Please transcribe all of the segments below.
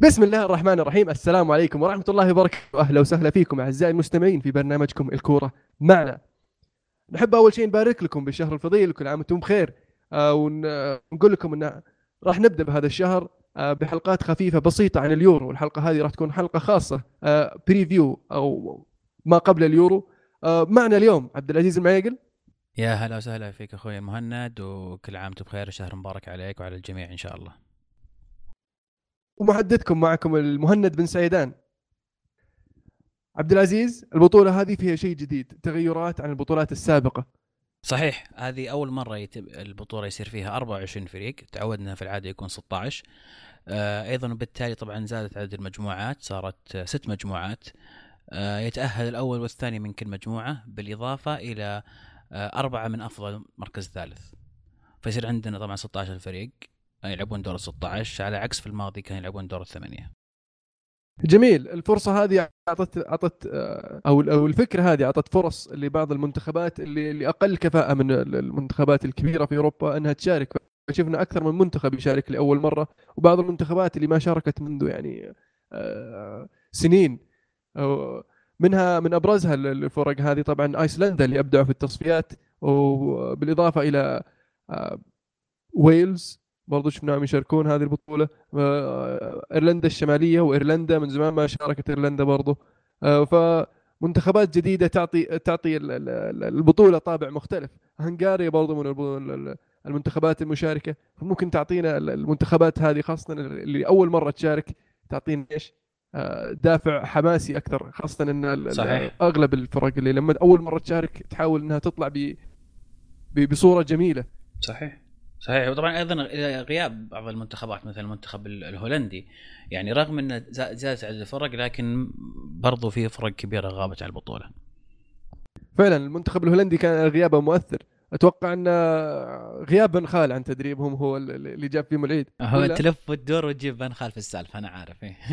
بسم الله الرحمن الرحيم. السلام عليكم ورحمة الله وبركاته. أهلا وسهلا فيكم أعزائي المستمعين في برنامجكم الكورة معنا. نحب أول شيء نبارك لكم بالشهر الفضيل وكل عام وأنتم بخير. ونقول لكم أن راح نبدأ بهذا الشهر بحلقات خفيفة بسيطة عن اليورو. الحلقة هذه راح تكون حلقة خاصة بريفيو أو ما قبل اليورو. معنا اليوم عبد العزيز المعيقل. يا هلا وسهلا فيك اخوي مهند، وكل عام وانت بخير، شهر مبارك عليك وعلى الجميع ان شاء الله. ومحدثكم معكم المهند بن سعيدان. عبد العزيز، البطولة هذه فيها شيء جديد، تغيرات عن البطولات السابقة. صحيح، هذه اول مره البطوله يصير فيها 24 فريق، تعودنا في العاده يكون 16. ايضا وبالتالي طبعا زادت عدد المجموعات، صارت 6 مجموعات. يتاهل الاول والثاني من كل مجموعه، بالاضافه الى 4 من افضل مركز ثالث. فيصير عندنا طبعا 16 فريق يلعبون دور 16، على عكس في الماضي كانوا يلعبون دور الثمانية. جميل. الفرصة هذه أعطت أو الفكرة هذه أعطت فرص لبعض المنتخبات اللي أقل كفاءة من المنتخبات الكبيرة في أوروبا أنها تشارك. شفنا أكثر من منتخب يشارك لأول مرة، وبعض المنتخبات اللي ما شاركت منذ يعني سنين. منها من أبرزها الفرق هذه طبعا أيسلندا اللي أبدعوا في التصفيات، وبالإضافة إلى آه، ويلز برضو شفناهم يشاركون هذه البطولة. إيرلندا الشمالية وإيرلندا من زمان ما شاركت إيرلندا برضو. فمنتخبات جديدة تعطي البطولة طابع مختلف. هنغاريا برضو من المنتخبات المشاركة، فممكن تعطينا المنتخبات هذه خاصة اللي أول مرة تشارك، تعطينا إيش دافع حماسي أكثر، خاصة أن صحيح. أغلب الفرق اللي لما أول مرة تشارك تحاول أنها تطلع بصورة جميلة. صحيح. صحيح، وطبعا ايضا غياب بعض المنتخبات مثل المنتخب الهولندي، يعني رغم ان زادت عدد الفرق لكن برضو في فرق كبيره غابت عن البطوله. فعلا المنتخب الهولندي كان غيابه مؤثر. اتوقع ان غياب بن خال عن تدريبهم هو اللي جاب فيهم العيد هو ولا. تلف وتدور وتجيب بن خال في السالفه، انا عارف إيه.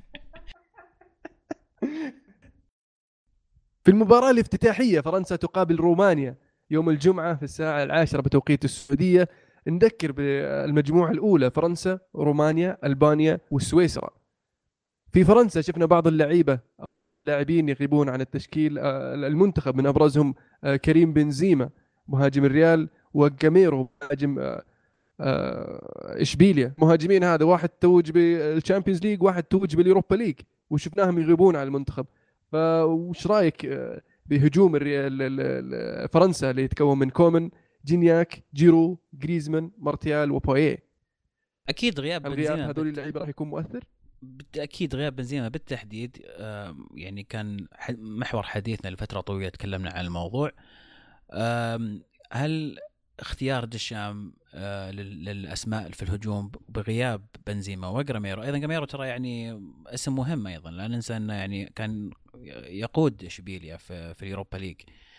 في المباراة الافتتاحية فرنسا تقابل رومانيا يوم الجمعة في الساعة 10 بتوقيت السعودية. نذكر بالمجموعة الأولى: فرنسا، رومانيا، ألبانيا، والسويسرا. في فرنسا شفنا بعض لاعبين يغيبون عن التشكيل المنتخب، من أبرزهم كريم بنزيما مهاجم الريال، وجاميرو مهاجم اشبيليا. مهاجمين هذا واحد توج بالشامبيونز ليج، واحد توج باليوروبا ليج، وشفناهم يغيبون عن المنتخب. فوش رايك بهجوم فرنسا اللي يتكون من كومن، جينياك، جيرو، جريزمان، مارتيال، وبويه؟ اكيد غياب هل غياب بنزيما هذول اللعيبه راح يكون مؤثر؟ بالتاكيد غياب بنزيما بالتحديد. يعني كان محور حديثنا لفتره طويله، تكلمنا عن الموضوع. هل اختيار دشام للاسماء في الهجوم بغياب بنزيما وجراميرو؟ ايضا جراميرو ترى يعني اسم مهم ايضا، لا ننسى انه يعني كان يقود اشبيليا في اليوروبا ليج.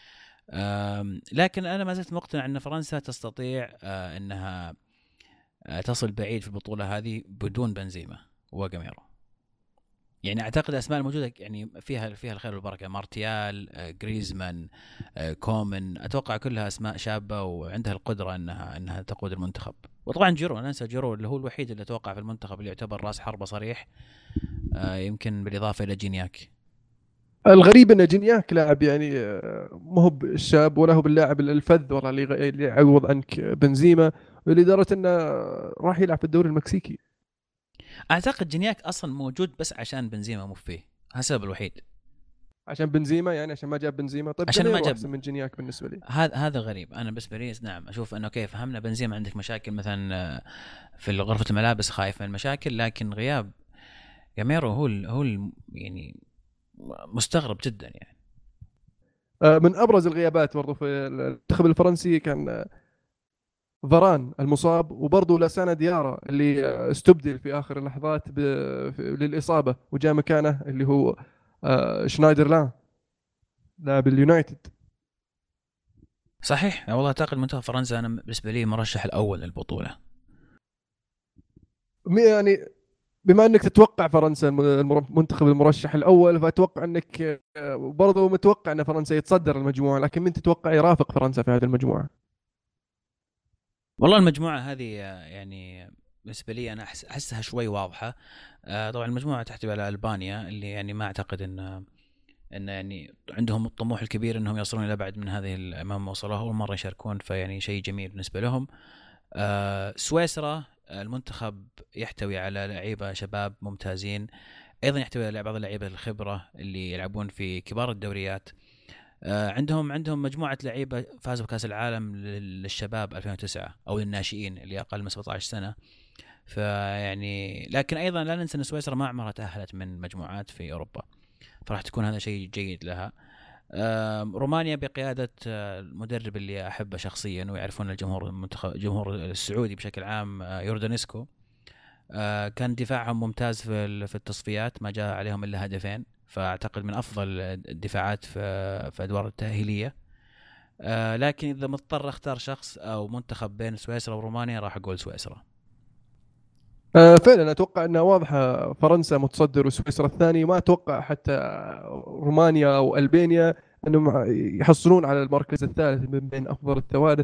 لكن انا ما زلت مقتنع ان فرنسا تستطيع انها تصل بعيد في البطوله هذه بدون بنزيما وجراميرو. يعني اعتقد الاسماء الموجوده يعني فيها الخير والبركه، مارتيال، جريزمان، كومن، اتوقع كلها اسماء شابه وعندها القدره انها تقود المنتخب. وطبعا جيرو، ننسى جيرو اللي هو الوحيد اللي اتوقع في المنتخب اللي يعتبر راس حربه صريح، يمكن بالاضافه الى جينياك. الغريب ان جينياك لاعب يعني ما هو بالشاب ولا هو باللاعب الفذ والله اللي يعوض عنك بنزيما، لدرجه انه راح يلعب في الدوري المكسيكي. اعتقد جينياك اصلا موجود بس عشان بنزيما مو فيه، هذا السبب الوحيد. عشان بنزيما، يعني عشان ما جاب بنزيما. طيب عشان ما جاميرو جاب، احسن من جينياك بالنسبه لي. هذا غريب. انا بالنسبه لي نعم اشوف انه كيف فهمنا بنزيما عندك مشاكل مثلا في غرفه الملابس، خايف من المشاكل، لكن غياب جاميرو يعني مستغرب جدا يعني. من ابرز الغيابات برضو في المنتخب الفرنسي كان فاران المصاب، وبرضه لاسانا ديارا اللي استبدل في اخر اللحظات للاصابه، وجاء مكانه اللي هو شنايدر لان لاعب اليونايتد. صحيح والله، اعتقد منتخب فرنسا انا بالنسبه لي مرشح الاول للبطوله. يعني بما انك تتوقع فرنسا المنتخب المرشح الاول، فاتوقع انك برضه متوقع ان فرنسا يتصدر المجموعه، لكن من تتوقع يرافق فرنسا في هذه المجموعه؟ والله المجموعه هذه يعني بالنسبه لي انا احسها شوي واضحه. طبعا المجموعه تحتوي على البانيا، اللي يعني ما اعتقد ان يعني عندهم الطموح الكبير انهم يصلون الى ابعد من هذه الامام وصلوها، اول مره يشاركون، فيعني شيء جميل بالنسبه لهم. سويسرا المنتخب يحتوي على لعيبه شباب ممتازين، ايضا يحتوي على بعض اللعيبه الخبره اللي يلعبون في كبار الدوريات. عندهم مجموعه لعيبه فازوا بكاس العالم للشباب 2009 او للناشئين اللي اقل من 17 سنه. فيعني لكن ايضا لا ننسى ان سويسرا ما عمرها تاهلت من مجموعات في اوروبا، فراح تكون هذا شيء جيد لها. رومانيا بقيادة المدرب اللي أحبه شخصيا ويعرفون الجمهور السعودي بشكل عام، يوردانيسكو. كان دفاعهم ممتاز في التصفيات، ما جاء عليهم إلا هدفين، فأعتقد من أفضل الدفاعات في أدوار التأهيلية. لكن إذا مضطر أختار شخص أو منتخب بين سويسرا ورومانيا راح أقول سويسرا. فعلا اتوقع انها واضحه، فرنسا متصدر وسويسرا الثاني. ما اتوقع حتى رومانيا او البانيا انهم يحصلون على المركز الثالث من بين افضل الثوالث.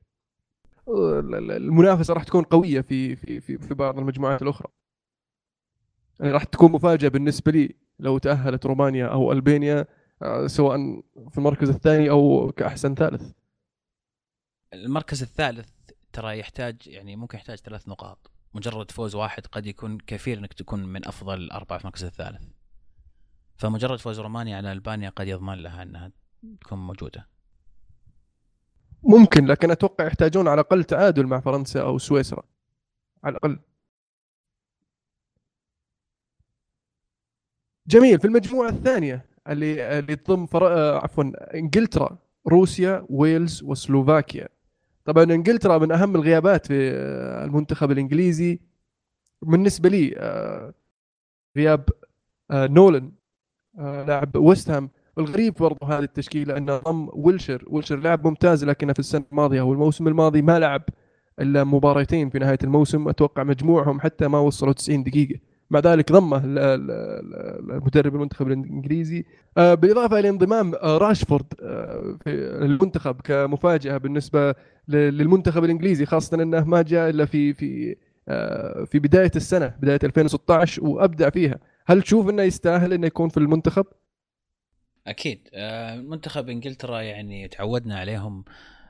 المنافسه راح تكون قويه في بعض المجموعات الاخرى. يعني راح تكون مفاجاه بالنسبه لي لو تاهلت رومانيا او البانيا، سواء في المركز الثاني او كاحسن ثالث. المركز الثالث ترى يحتاج، يعني ممكن يحتاج 3 نقاط، مجرد فوز واحد قد يكون كثير انك تكون من افضل الاربعه في المركز الثالث. فمجرد فوز رومانيا على البانيا قد يضمن لها انها تكون موجوده. ممكن، لكن اتوقع يحتاجون على الاقل تعادل مع فرنسا او سويسرا على الاقل. جميل. في المجموعة الثانية اللي تضم عفوا انجلترا، روسيا، ويلز، وسلوفاكيا. طبعا انجلترا من اهم الغيابات في المنتخب الانجليزي بالنسبة لي. غياب نولن، لاعب ويست هام. الغريب برضو هذه التشكيلة انه ضم ويلشر لاعب ممتاز، لكنه في السنة الماضية او الموسم الماضي ما لعب الا مباراتين في نهاية الموسم. اتوقع مجموعهم حتى ما وصلوا 90 دقيقة. مع ذلك ضمه المدرب المنتخب الانجليزي، بالاضافه الى انضمام راشفورد في المنتخب كمفاجاه بالنسبه للمنتخب الانجليزي، خاصه انه ما جاء الا في بدايه السنه، بدايه 2016، وابدع فيها. هل تشوف انه يستاهل انه يكون في المنتخب؟ اكيد. منتخب انجلترا يعني تعودنا عليهم.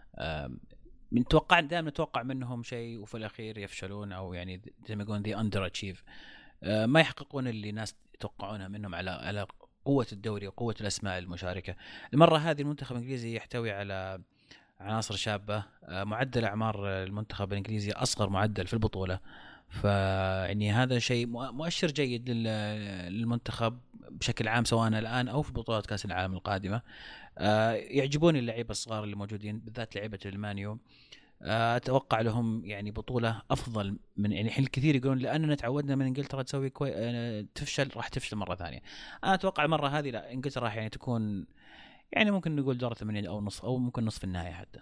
دائما نتوقع منهم شيء وفي الاخير يفشلون، او يعني زي ما يقولون ذي اندر اتشيف. ما يحققون اللي الناس يتوقعونها منهم على قوة الدوري وقوة الأسماء المشاركة. المرة هذه المنتخب الإنجليزي يحتوي على عناصر شابة. معدل أعمار المنتخب الإنجليزي أصغر معدل في البطولة، فيعني هذا شيء مؤشر جيد للمنتخب بشكل عام، سواء الآن أو في بطولات كأس العالم القادمة. يعجبوني اللعيبة الصغار اللي موجودين، بالذات لعيبة المانيو. اتوقع لهم يعني بطوله افضل من، يعني الحين الكثير يقولون لاننا تعودنا من انجلترا تسوي تفشل، راح تفشل مره ثانيه. انا اتوقع المره هذه لا، انجلترا راح يعني تكون، يعني ممكن نقول دور 8 او نصف، او ممكن نصف النهائي حتى.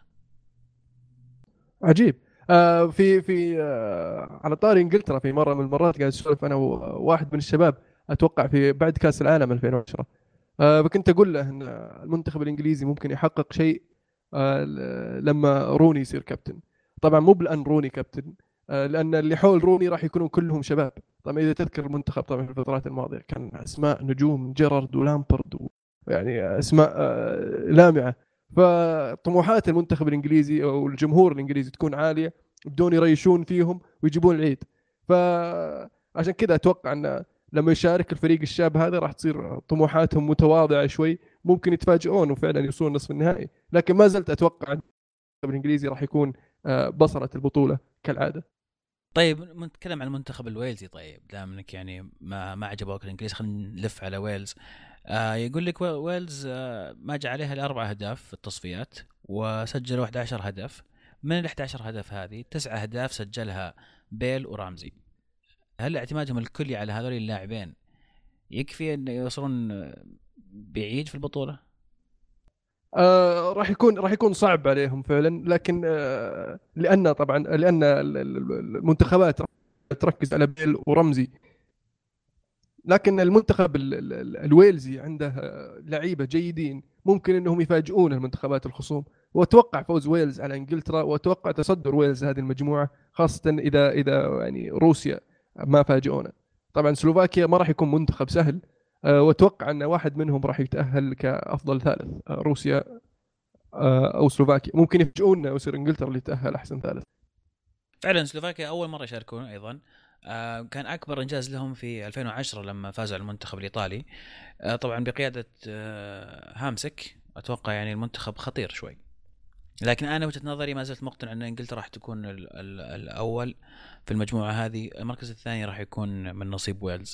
عجيب. في على طاري انجلترا، في مره من المرات قاعد اسولف انا وواحد من الشباب، اتوقع في بعد كاس العالم 2010. فكنت اقول له ان المنتخب الانجليزي ممكن يحقق شيء لما روني يصير كابتن. طبعا مو بلان روني كابتن، لان اللي حول روني راح يكونوا كلهم شباب. طبعا اذا تذكر المنتخب طبعا في الفترات الماضيه كان اسماء نجوم، جيرارد ولامبرد يعني اسماء لامعه. فطموحات المنتخب الانجليزي او الجمهور الانجليزي تكون عاليه، بدون يريشون فيهم ويجيبون العيد. فعشان كذا اتوقع ان لما يشارك الفريق الشاب هذا راح تصير طموحاتهم متواضعه شوي، ممكن يتفاجئون وفعلا يوصلون نصف النهائي. لكن ما زلت اتوقع ان المنتخب الانجليزي راح يكون بصرة البطوله كالعاده. طيب نتكلم عن المنتخب الويلزي. طيب دام انك يعني ما عجبوك الانجليز، خلينا نلف على ويلز. يقول لك ويلز ما جاء عليها الاربع اهداف في التصفيات، وسجلوا 11 هدف. من ال 11 هدف هذه 9 اهداف سجلها بيل ورامزي. هل اعتمادهم الكلي على هذول اللاعبين يكفي ان يوصلون بعيد في البطوله؟ راح يكون صعب عليهم فعلا، لكن لان المنتخبات تركز على بيل ورمزي. لكن المنتخب الويلزي عنده لعيبه جيدين، ممكن انهم يفاجئون المنتخبات الخصوم. واتوقع فوز ويلز على انجلترا، واتوقع تصدر ويلز هذه المجموعه، خاصه اذا يعني روسيا ما فاجئونا. طبعا سلوفاكيا ما راح يكون منتخب سهل، واتوقع ان واحد منهم راح يتاهل كافضل ثالث، روسيا او سلوفاكيا. ممكن يفاجئونا ويصير انجلترا اللي تاهل احسن ثالث. فعلا سلوفاكيا اول مره يشاركون ايضا. كان اكبر انجاز لهم في 2010 لما فازوا على المنتخب الايطالي، طبعا بقياده هامسك. اتوقع يعني المنتخب خطير شوي، لكن انا وجهه نظري ما زلت مقتنع ان انجلترا راح تكون الاول في المجموعه هذه. المركز الثاني راح يكون من نصيب ويلز.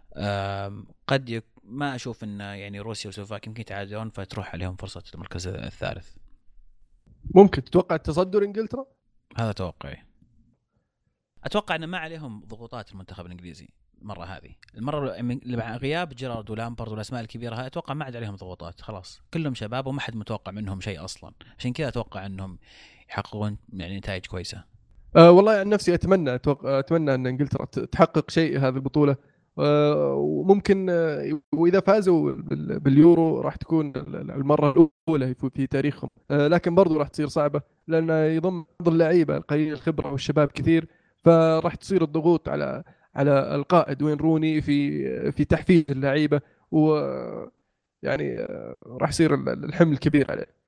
ما اشوف ان يعني روسيا وسلوفاكيا يمكن يتعادلون فتروح عليهم فرصه المركز الثالث. ممكن تتوقع تصدر انجلترا؟ هذا توقعي. اتوقع ان ما عليهم ضغوطات المنتخب الانجليزي المره هذه. المره اللي مع غياب جيرارد ولامبرد والاسماء الكبيره هاي اتوقع ما عاد عليهم ضغوطات، خلاص كلهم شباب وما حد متوقع منهم شيء اصلا. عشان كذا اتوقع انهم يحققون يعني نتائج كويسه. والله عن نفسي اتمنى ان انجلترا تحقق شيء هذه البطوله، وممكن واذا فازوا باليورو راح تكون المره الاولى في تاريخهم، لكن برضو راح تصير صعبه لان يضم بعض اللعيبه قليل الخبره والشباب كثير، فراح تصير الضغوط على القائد وين روني في تحفيز اللعيبه، و يعني راح يصير الحمل كبير عليه.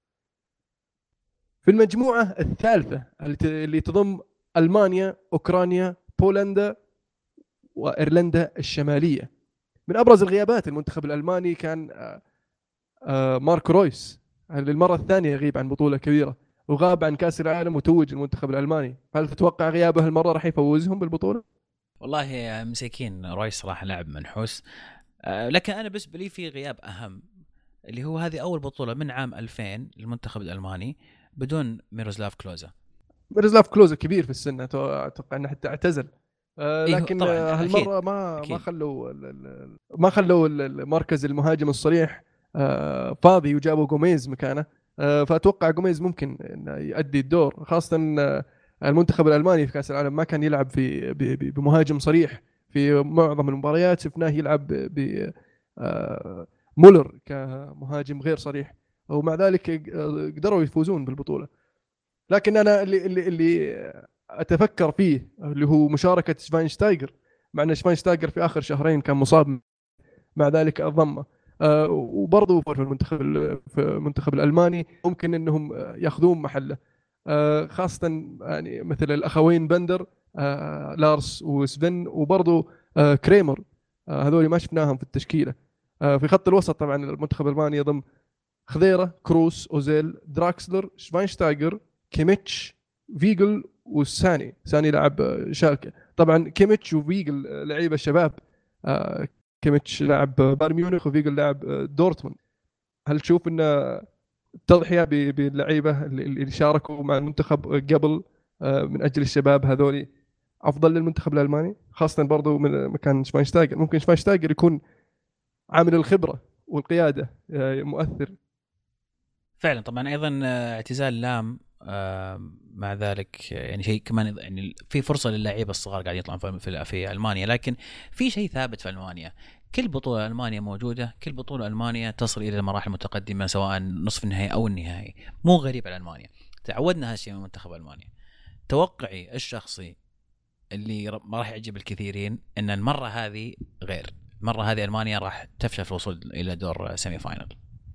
في المجموعة الثالثة اللي تضم ألمانيا، أوكرانيا، بولندا، وإيرلندا الشمالية. من أبرز الغيابات المنتخب الألماني كان مارك رويس، للمرة الثانية يغيب عن بطولة كبيرة، وغاب عن كأس العالم وتوج المنتخب الألماني. هل تتوقع غيابه المرة راح يفوزهم بالبطولة؟ والله مساكين رويس صراحه لاعب منحوس. لكن انا بالنسبه لي في غياب اهم، اللي هو هذه اول بطوله من عام 2000 للمنتخب الالماني بدون ميروسلاف كلوزا. ميروسلاف كلوزا كبير في السن، أتوقع أنه حتى اعتزل، ايه لكن طبعا اكيد هالمرة ما اكيد. خلوا المركز المهاجم الصريح فاضي، وجابوا جوميز مكانه. فأتوقع جوميز ممكن إنه يؤدي الدور، خاصة المنتخب الألماني في كأس العالم ما كان يلعب بمهاجم صريح في معظم المباريات، شفناه يلعب مولر كمهاجم غير صريح، ومع ذلك قدروا يفوزون بالبطولة. لكن انا اللي اتفكر فيه اللي هو مشاركه شفاينشتايجر، مع ان شفاينشتايجر في اخر شهرين كان مصاب، مع ذلك انضم. وبرضه في المنتخب الالماني ممكن انهم ياخذون محله، خاصه يعني مثل الاخوين بندر، لارس وسفن، وبرضه كريمر، هذول ما شفناهم في التشكيله. في خط الوسط طبعا المنتخب الالماني يضم خضيره، كروس، اوزيل، دراكسلر، شفاينشتايجر، كيميتش، فيجل، ساني لاعب شالكه. طبعا كيميتش وفيجل لعيبه شباب، كيميتش لاعب بايرن ميونخ، وفيجل لاعب دورتموند. هل تشوف ان التضحيه باللعيبه اللي شاركوا مع المنتخب قبل من اجل الشباب هذولي افضل للمنتخب الالماني، خاصه برضو من مكان شفاينشتايجر؟ ممكن شفاينشتايجر يكون عامل الخبره والقياده مؤثر. فعلا طبعا ايضا اعتزال لام مع ذلك يعني شيء كمان، يعني في فرصه للاعيبه الصغار قاعد يطلعون في المانيا. لكن في شيء ثابت في المانيا، كل بطوله المانيا موجوده، كل بطوله المانيا تصل الى المراحل المتقدمه سواء نصف النهائي او النهائي. مو غريب على المانيا، تعودنا هالشيء من منتخب المانيا. توقعي الشخصي اللي ما راح يعجب الكثيرين ان المره هذه غير. المره هذه المانيا راح تفشل في الوصول الى دور سيمي فاينل،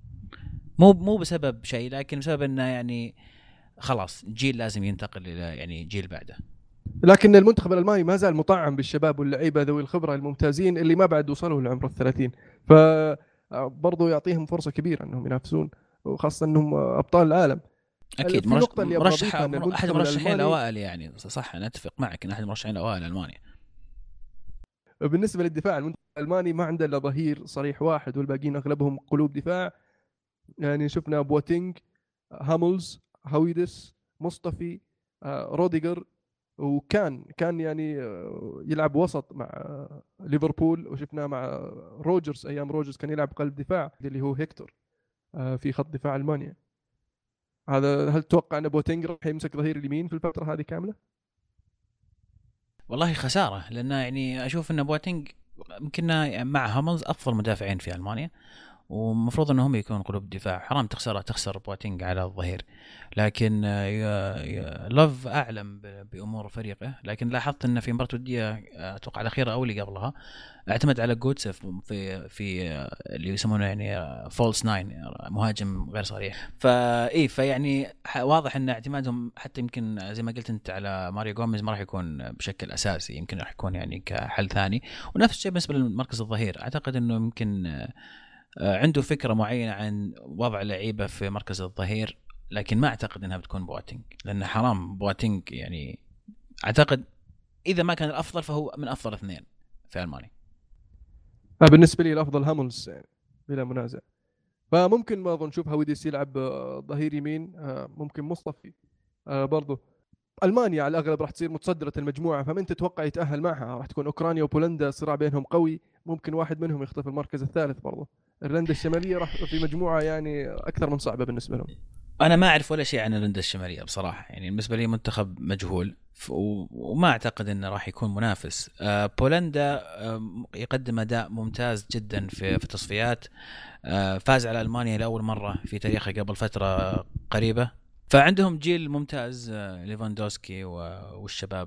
مو بسبب شيء، لكن بسبب انه يعني خلاص جيل لازم ينتقل الى يعني جيل بعده. لكن المنتخب الالماني ما زال مطعم بالشباب واللعيبه ذوي الخبره الممتازين اللي ما بعد وصلوا لعمر ال30، فبرضو يعطيهم فرصه كبيره انهم ينافسون، وخاصه انهم ابطال العالم. اكيد في نقطه اللي ابغى مرشح اضيفها ان احد المنتخب المرشحين الالماني الاوائل، يعني صح انا اتفق معك ان احد المرشحين الاوائل المانيا. بالنسبه للدفاع، المنتخب الالماني ما عنده الا ظهير صريح واحد، والباقيين اغلبهم قلوب دفاع. يعني شفنا بواتينج، هاملز، هويدس، مصطفي، روديجر، وكان يعني يلعب وسط مع ليفربول، وشفناه مع روجرز ايام روجرز كان يلعب قلب دفاع اللي هو هيكتور في خط دفاع المانيا. هل تتوقع ان بوتينج راح يمسك ظهير اليمين في الفتره هذه كامله؟ والله خساره، لانه يعني اشوف ان بواتينج يمكن مع هاملز افضل مدافعين في المانيا، ومفروض انهم يكونوا قلوب دفاع. حرام تخسر بواتينج على الظهير. لكن لوف اعلم بامور فريقه. لكن لاحظت انه في مباراه وديه اتوقع الاخيره او اللي قبلها اعتمد على جوتسف في اللي يسمونه يعني فولس ناين، مهاجم غير صريح. فيعني واضح ان اعتمادهم حتى يمكن زي ما قلت انت على ماريو جوميز ما راح يكون بشكل اساسي، يمكن راح يكون يعني كحل ثاني. ونفس الشيء بالنسبه لمركز الظهير، اعتقد انه يمكن عنده فكره معينه عن وضع لعيبه في مركز الظهير، لكن ما اعتقد انها بتكون بواتينج، لان حرام بواتينج يعني اعتقد اذا ما كان الافضل فهو من افضل اثنين في المانيا. بالنسبه لي الافضل هاملز يعني بلا منازع. فممكن برضو نشوف هاويديس يلعب ظهير يمين، ممكن مصطفي برضو. المانيا على الاغلب راح تصير متصدره المجموعه، فمن تتوقع يتاهل معها؟ راح تكون اوكرانيا وبولندا، الصراع بينهم قوي، ممكن واحد منهم يخطف المركز الثالث. برضو ايرلندا الشماليه راح في مجموعه يعني اكثر من صعبه بالنسبه لهم. انا ما اعرف ولا شيء عن الهند الشماليه بصراحه، يعني بالنسبه لي منتخب مجهول وما اعتقد انه راح يكون منافس. بولندا يقدم اداء ممتاز جدا في التصفيات، فاز على المانيا لاول مره في تاريخه قبل فتره قريبه. فعندهم جيل ممتاز، ليفاندوسكي والشباب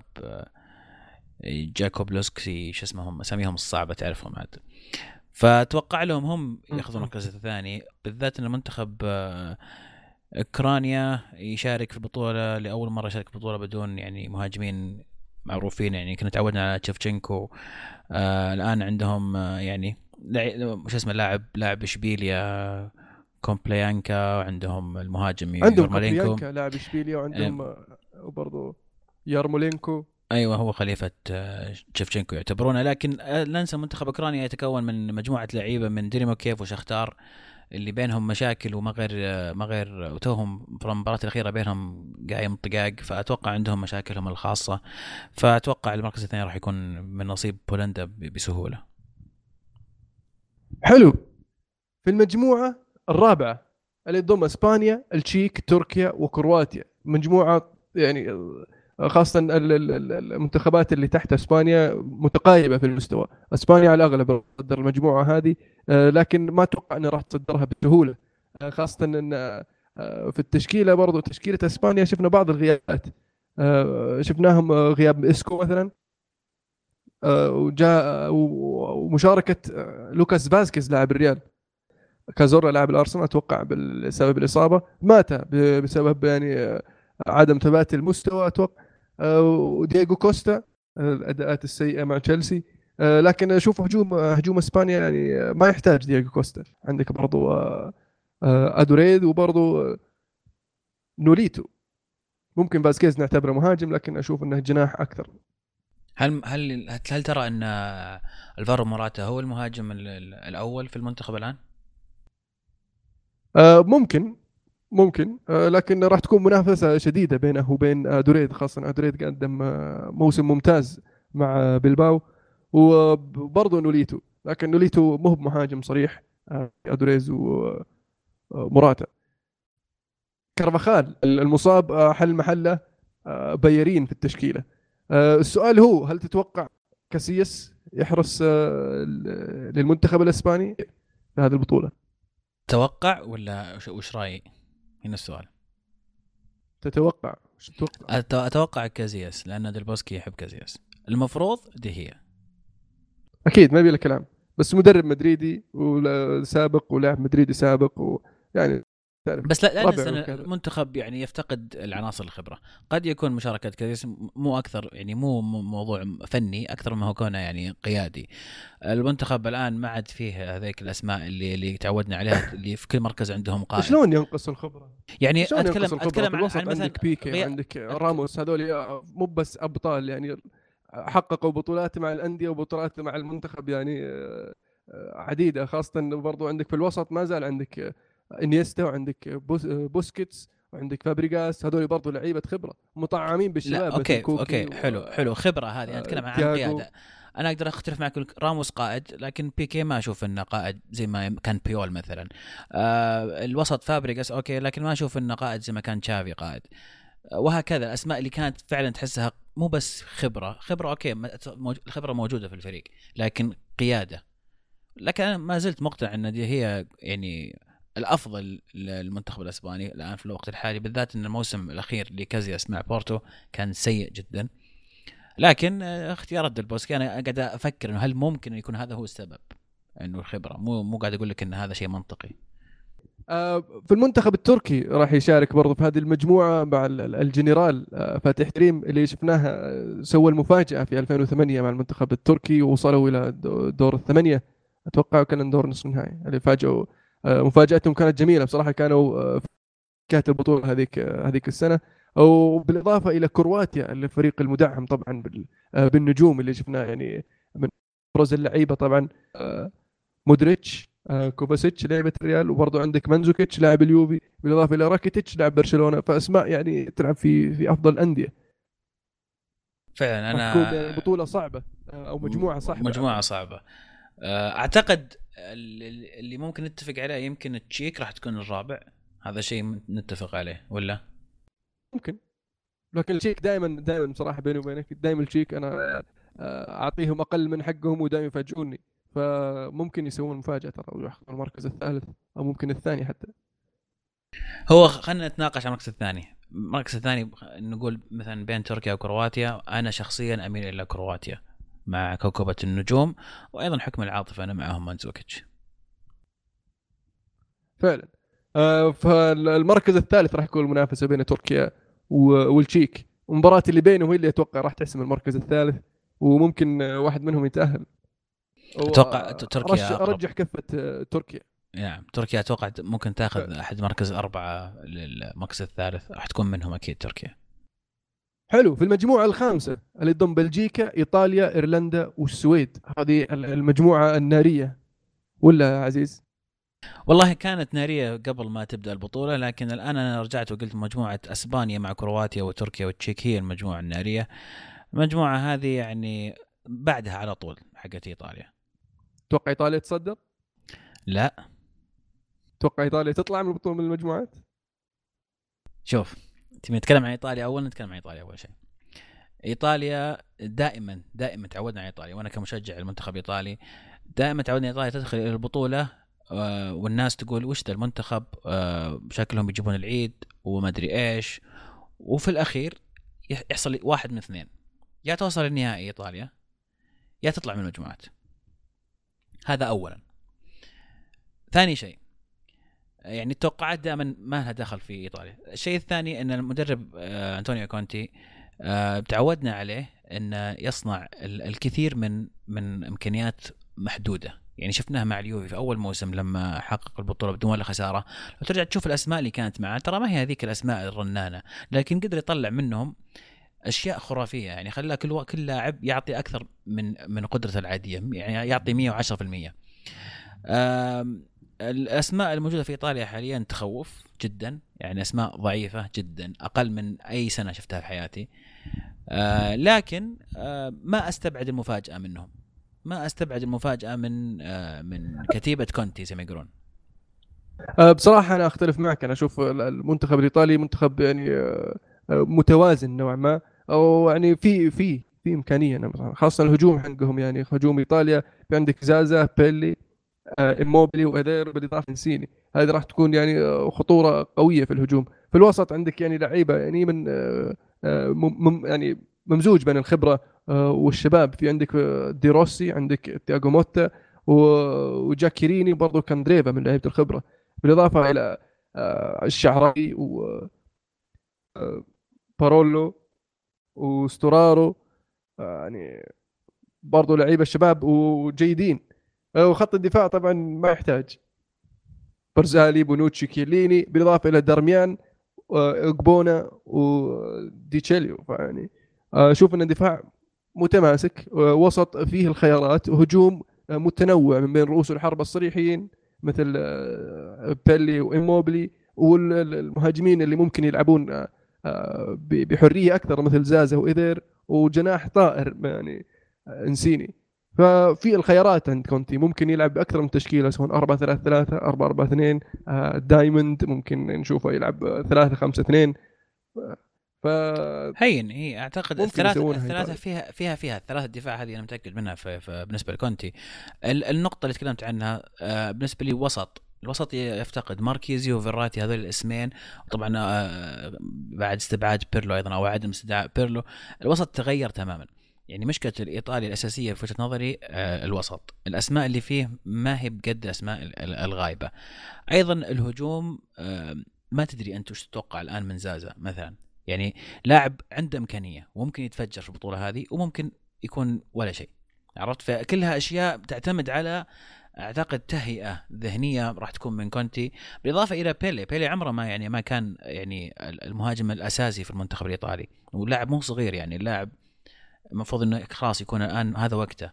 جاكوب لوسكي، شو اسمهم اساميهم الصعبه تعرفهم عاد. فاتوقع لهم هم ياخذون المركز الثاني، بالذات ان المنتخب اوكرانيا يشارك في البطوله لاول مره، يشارك في البطوله بدون يعني مهاجمين معروفين. يعني كنا تعودنا على تشيفتشينكو، الان عندهم يعني شو اسمه لاعب اشبيليا كومبليانكا، وعندهم المهاجم عندهم يورمالينكو كوبليانكا لاعب اشبيليا، وعندهم برضو يارمولينكو. ايوه هو خليفه تشيفتشينكو يعتبرونه. لكن لا ننسى منتخب اوكرانيا يتكون من مجموعه لعيبه من دينامو كييف وشختار، اللي بينهم مشاكل وما غير وتوهم في المباراه الاخيره بينهم قايم طقاق، فاتوقع عندهم مشاكلهم الخاصه. فاتوقع المركز الثاني راح يكون من نصيب بولندا بسهوله. حلو. في المجموعه الرابعه اللي تضم اسبانيا، التشيك، تركيا وكرواتيا، مجموعه يعني خاصة المنتخبات اللي تحت اسبانيا متقاربة في المستوى. اسبانيا على الاغلب تصدر المجموعة هذه، لكن ما اتوقع انها راح تصدرها بسهولة، خاصة ان في التشكيلة برضو تشكيلة اسبانيا شفنا بعض الغيابات، شفناهم غياب اسكو مثلا، وجاء ومشاركة لوكاس فاسكيز لاعب الريال، كازورا لاعب الارسنال اتوقع بسبب الاصابة مات بسبب يعني عدم ثبات المستوى اتوقع، ودييغو كوستا الاداءات السيئه مع تشيلسي. لكن اشوف هجوم اسبانيا يعني ما يحتاج دييغو كوستا. عندك برضو ادوريد، وبرضو نوليتو. ممكن فاسكيز نعتبره مهاجم، لكن اشوف انه جناح اكثر. هل ترى ان الفارو موراتا هو المهاجم الاول في المنتخب الان؟ ممكن لكن راح تكون منافسة شديدة بينه وبين أدوريد، خاصة أدوريد قدم موسم ممتاز مع بيلباو، وبرضه نوليتو، لكن نوليتو مو بمهاجم صريح. أدوريز ومراتا. كارفاخال المصاب حل محله بيرين في التشكيلة. السؤال هو هل تتوقع كاسياس يحرس للمنتخب الإسباني في هذه البطولة؟ توقع ولا وش رايي؟ هنا السؤال. تتوقع شو تتوقع؟ اتوقع كازياس، لان ديلبوسكي يحب كازياس. المفروض دي هي اكيد ما يبي له كلام، بس مدرب مدريدي وسابق ولاعب مدريدي سابق، ويعني تعرف بس لا ربع ننسى ان وكذا. المنتخب يعني يفتقد العناصر الخبره. قد يكون مشاركه كازياس مو اكثر، يعني مو موضوع فني اكثر ما هو كونه يعني قيادي. المنتخب الان ما عاد فيه هذيك الاسماء اللي تعودنا عليها، اللي في كل مركز عندهم قائد. شلون ينقص الخبره؟ يعني شلون ينقص الخبره اتكلم في الوسط؟ عن مثلا عندك بيكي وعندك راموس، هذول مو بس ابطال يعني، حققوا بطولات مع الانديه وبطولات مع المنتخب يعني عديده. خاصه برضو عندك في الوسط ما زال عندك انيستا، وعندك بوسكيتس، وعندك فابريغاس، هذول برضو لعيبه خبره مطعمين لا بالشباب مثل اوكي كوكي حلو خبره هذه. انا اتكلم عن تياغو. قياده. انا اقدر اختلف معك، راموس قائد، لكن بيكي ما اشوف انه قائد زي ما كان بيول مثلا. الوسط فابريغاس اوكي، لكن ما اشوف انه قائد زي ما كان تشافي قائد. وهكذا الاسماء اللي كانت فعلا تحسها مو بس خبره اوكي، الخبره موجوده في الفريق، لكن قياده لكن انا ما زلت مقتنع ان دي هي يعني الافضل للمنتخب الاسباني الان في الوقت الحالي، بالذات ان الموسم الاخير لكازياس مع بورتو كان سيء جدا. لكن اختيارات ديل بوسكي انا قاعد افكر انه هل ممكن يكون هذا هو السبب، انه الخبره، مو قاعد اقول لك ان هذا شيء منطقي. في المنتخب التركي راح يشارك برضه في هذه المجموعة مع الجنرال فاتح كريم اللي شفناه سوى المفاجأة في 2008 مع المنتخب التركي ووصلوا إلى دور الثمانية. أتوقع كان دور نصف النهائي اللي فاجأوا. مفاجأتهم كانت جميلة بصراحة، كانوا في كانت البطولة هذيك السنة. وبالإضافة إلى كرواتيا الفريق المدعم طبعا بالنجوم اللي شفناه يعني من أبرز اللعيبة طبعا مودريتش، كوفاسيتش لعبة الريال، وبرضه عندك مانزوكيتش لاعب اليوفي، بالاضافه الى راكيتيتش لاعب برشلونه، فاسماء يعني تلعب في افضل الانديه. فعلا راح تكون انا يعني بطوله صعبه او مجموعه صعبه مجموعه عفوا. صعبه. اعتقد اللي ممكن نتفق عليه يمكن التشيك راح تكون الرابع، هذا شيء نتفق عليه ولا؟ ممكن. لكن التشيك دائما بصراحه بيني وبينك دائما التشيك انا اعطيهم اقل من حقهم ودائما يفاجئوني، فممكن يسوون مفاجاه ترى وياخذون المركز الثالث او ممكن الثاني حتى. هو خلينا نتناقش عن المركز الثاني. المركز الثاني نقول مثلا بين تركيا وكرواتيا، انا شخصيا اميل الى كرواتيا مع كوكبة النجوم، وايضا حكم العاطفه انا معهم مانزوكيتش. فعلا. فالمركز الثالث راح يكون المنافسه بين تركيا والتشيك، والمباراة اللي بينهم هي اللي اتوقع راح تحسم المركز الثالث، وممكن واحد منهم يتأهل. اتوقع تركيا اقرب. ارجح كفة تركيا. يعني تركيا اتوقع ممكن تاخذ احد مركز 4 للمركز الثالث، راح تكون منهم اكيد تركيا. حلو. في المجموعة الخامسة اللي تضم بلجيكا، ايطاليا، ايرلندا والسويد، هذه المجموعة النارية ولا يا عزيز؟ والله كانت نارية قبل ما تبدأ البطولة، لكن الآن أنا رجعت وقلت مجموعة أسبانيا مع كرواتيا وتركيا والتشيك هي المجموعة النارية. المجموعة هذه يعني بعدها على طول حقت إيطاليا. توقع ايطاليا تصدر؟ لا توقع ايطاليا تطلع من البطولة من المجموعات؟ شوف، تبي نتكلم عن إيطاليا أول؟ نتكلم عن إيطاليا أول شيء. إيطاليا دائما تعودنا على إيطاليا، وأنا كمشجع المنتخب الإيطالي دائما تعودنا إيطاليا تدخل إلى البطولة والناس تقول وش ذا المنتخب، شكلهم يجيبون العيد وما أدري إيش، وفي الأخير يحصل واحد من اثنين: يا توصل النهائي إيطاليا، يا تطلع من المجموعات. هذا أولا. ثاني شيء، يعني التوقعات دائما ما لها دخل في إيطاليا. الشيء الثاني أن المدرب أنطونيو كونتي تعودنا عليه أن يصنع الكثير من إمكانيات محدودة. يعني شفناها مع اليوفي في أول موسم لما حقق البطولة بدون ولا خسارة. لو ترجع تشوف الأسماء اللي كانت معه ترى ما هي هذيك الأسماء الرنانة، لكن قدر يطلع منهم اشياء خرافيه. يعني خلى كل لاعب يعطي اكثر من قدرته العاديه، يعني يعطي 110%. الاسماء الموجوده في ايطاليا حاليا تخوف جدا، يعني اسماء ضعيفه جدا، اقل من اي سنه شفتها في حياتي. لكن ما استبعد المفاجاه منهم، ما استبعد المفاجاه من كتيبه كونتي زي ما يقولون. بصراحة أنا أختلف معك. أنا أشوف المنتخب الإيطالي منتخب يعني متوازن نوعا ما، أو يعني في إمكانية خاصة الهجوم حقهم. يعني هجوم إيطاليا في عندك زازا، بيلي، إيموبيلي وأدير، بالإضافة لسيني. هذه راح تكون يعني خطورة قوية في الهجوم. في الوسط عندك يعني لعيبة يعني من يعني ممزوج بين الخبرة والشباب. في عندك دي روسي، عندك تياغو موتا وجاكيريني، برضو كاندريفا من لعيبة الخبرة، بالإضافة إلى الشعراوي وبارولو وستورارو، يعني برضو لعيبة الشباب وجيدين. وخط الدفاع طبعا ما يحتاج، برزالي، بونوتشي، كيليني، بالإضافة إلى دارميان، اقبونا وديتشيليو. فيعني اشوف ان الدفاع متماسك، وسط فيه الخيارات، وهجوم متنوع من بين رؤوس الحربة الصريحين مثل بيلي وإيموبلي، والمهاجمين اللي ممكن يلعبون بحرية أكثر مثل زازا وإيدر، وجناح طائر يعني انسيني. ففي الخيارات عند كونتي ممكن يلعب بأكثر من تشكيلة، سواء 4-3-3، 4-4-2، دايموند ممكن نشوفه يلعب 3-5-2. ف هين هي اعتقد ممكن يسوونها الثلاثه إيطاليا. فيها الثلاثه الدفاع هذه انا متاكد منها. بالنسبه لكونتي النقطه اللي تكلمت عنها بالنسبه لي الوسط يفتقد ماركيزيو وفيراتي، هذول الاسمين. وطبعا بعد استبعاد بيرلو ايضا او عدم استدعاء بيرلو الوسط تغير تماما. يعني مشكله الايطالي الاساسيه في وجهه نظري الوسط، الاسماء اللي فيه ما هي بقد الاسماء الغايبه. ايضا الهجوم ما تدري انت وش تتوقع الان من زازا مثلا. يعني لاعب عنده امكانيه وممكن يتفجر في البطوله هذه وممكن يكون ولا شيء، عرفت؟ فكلها اشياء تعتمد على اعتقد تهيئه ذهنيه راح تكون من كونتي، بالاضافه الى بيلي عمره ما كان يعني المهاجم الاساسي في المنتخب الايطالي، ولاعب مو صغير يعني. اللاعب المفروض انه خلاص يكون الان هذا وقته.